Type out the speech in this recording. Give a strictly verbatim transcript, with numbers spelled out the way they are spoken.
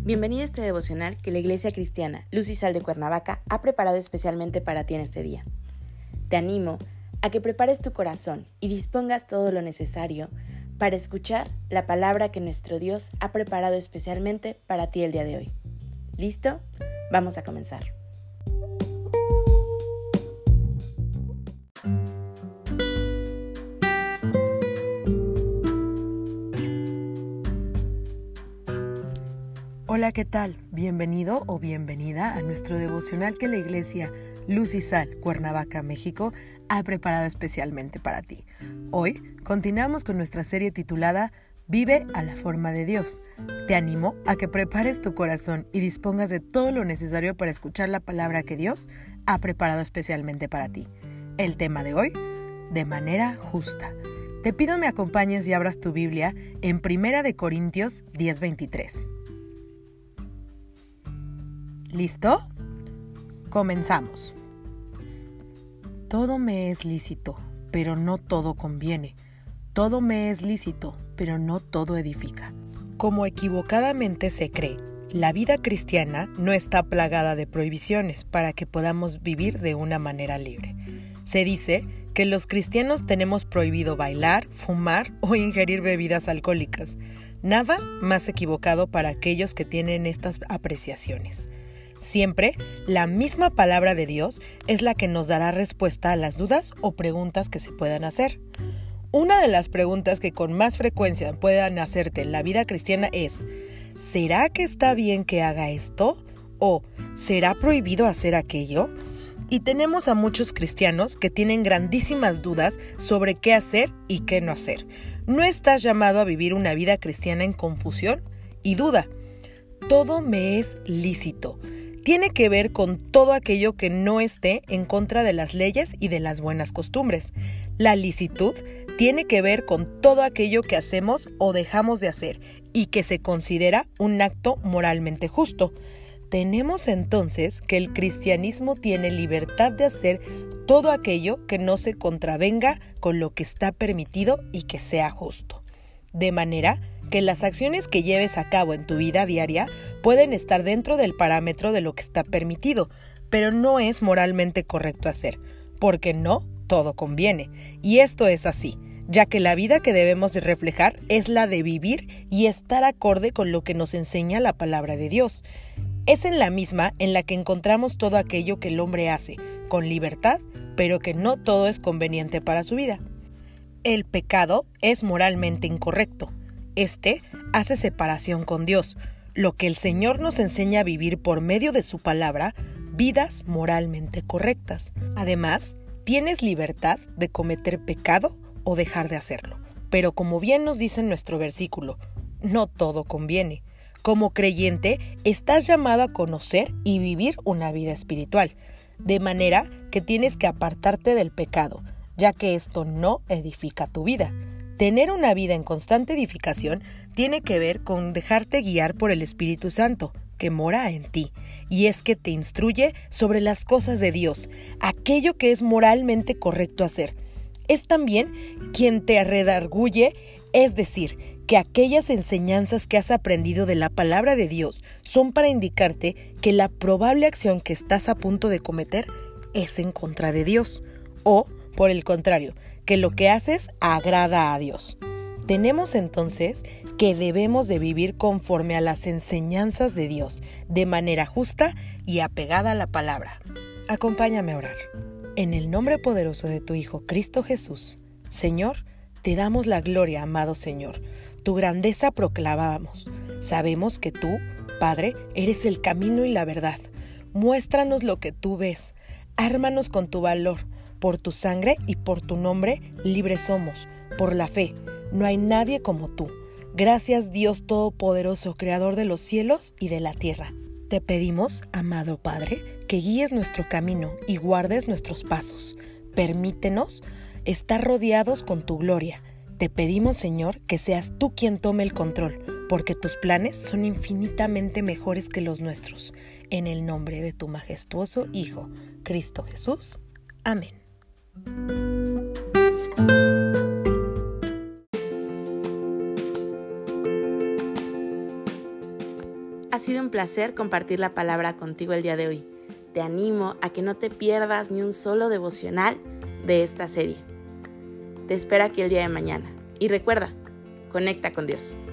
Bienvenido a este devocional que la Iglesia Cristiana Luz y Sal de Cuernavaca ha preparado especialmente para ti en este día. Te animo a que prepares tu corazón y dispongas todo lo necesario para escuchar la palabra que nuestro Dios ha preparado especialmente para ti el día de hoy. ¿Listo? Vamos a comenzar. Hola, ¿qué tal? Bienvenido o bienvenida a nuestro devocional que la Iglesia Luz y Sal, Cuernavaca, México, ha preparado especialmente para ti. Hoy continuamos con nuestra serie titulada Vive a la forma de Dios. Te animo a que prepares tu corazón y dispongas de todo lo necesario para escuchar la palabra que Dios ha preparado especialmente para ti. El tema de hoy, de manera justa. Te pido me acompañes y abras tu Biblia en Primera de Corintios diez veintitrés. ¿Listo? Comenzamos. Todo me es lícito, pero no todo conviene. Todo me es lícito, pero no todo edifica. Como equivocadamente se cree, la vida cristiana no está plagada de prohibiciones para que podamos vivir de una manera libre. Se dice que los cristianos tenemos prohibido bailar, fumar o ingerir bebidas alcohólicas. Nada más equivocado para aquellos que tienen estas apreciaciones. Siempre, la misma palabra de Dios es la que nos dará respuesta a las dudas o preguntas que se puedan hacer. Una de las preguntas que con más frecuencia puedan hacerte en la vida cristiana es: ¿será que está bien que haga esto? ¿O será prohibido hacer aquello? Y tenemos a muchos cristianos que tienen grandísimas dudas sobre qué hacer y qué no hacer. ¿No estás llamado a vivir una vida cristiana en confusión y duda? Todo me es lícito. Tiene que ver con todo aquello que no esté en contra de las leyes y de las buenas costumbres. La licitud tiene que ver con todo aquello que hacemos o dejamos de hacer y que se considera un acto moralmente justo. Tenemos entonces que el cristianismo tiene libertad de hacer todo aquello que no se contravenga con lo que está permitido y que sea justo. De manera que las acciones que lleves a cabo en tu vida diaria pueden estar dentro del parámetro de lo que está permitido, pero no es moralmente correcto hacer, porque no todo conviene. Y esto es así, ya que la vida que debemos de reflejar es la de vivir y estar acorde con lo que nos enseña la palabra de Dios. Es en la misma en la que encontramos todo aquello que el hombre hace, con libertad, pero que no todo es conveniente para su vida. El pecado es moralmente incorrecto. Este hace separación con Dios, lo que el Señor nos enseña a vivir por medio de su palabra, vidas moralmente correctas. Además, tienes libertad de cometer pecado o dejar de hacerlo. Pero como bien nos dice en nuestro versículo, no todo conviene. Como creyente, estás llamado a conocer y vivir una vida espiritual, de manera que tienes que apartarte del pecado, ya que esto no edifica tu vida. Tener una vida en constante edificación tiene que ver con dejarte guiar por el Espíritu Santo, que mora en ti, y es que te instruye sobre las cosas de Dios, aquello que es moralmente correcto hacer. Es también quien te redarguye, es decir, que aquellas enseñanzas que has aprendido de la palabra de Dios son para indicarte que la probable acción que estás a punto de cometer es en contra de Dios, o, por el contrario, que lo que haces agrada a Dios. Tenemos entonces que debemos de vivir conforme a las enseñanzas de Dios, de manera justa y apegada a la palabra. Acompáñame a orar. En el nombre poderoso de tu Hijo, Cristo Jesús, Señor, te damos la gloria, amado Señor. Tu grandeza proclamamos. Sabemos que tú, Padre, eres el camino y la verdad. Muéstranos lo que tú ves. Ármanos con tu valor. Por tu sangre y por tu nombre, libres somos. Por la fe, no hay nadie como tú. Gracias, Dios Todopoderoso, Creador de los cielos y de la tierra. Te pedimos, amado Padre, que guíes nuestro camino y guardes nuestros pasos. Permítenos estar rodeados con tu gloria. Te pedimos, Señor, que seas tú quien tome el control, porque tus planes son infinitamente mejores que los nuestros. En el nombre de tu majestuoso Hijo, Cristo Jesús. Amén. Ha sido un placer compartir la palabra contigo el día de hoy. Te animo a que no te pierdas ni un solo devocional de esta serie. Te espero aquí el día de mañana. Y recuerda, conecta con Dios.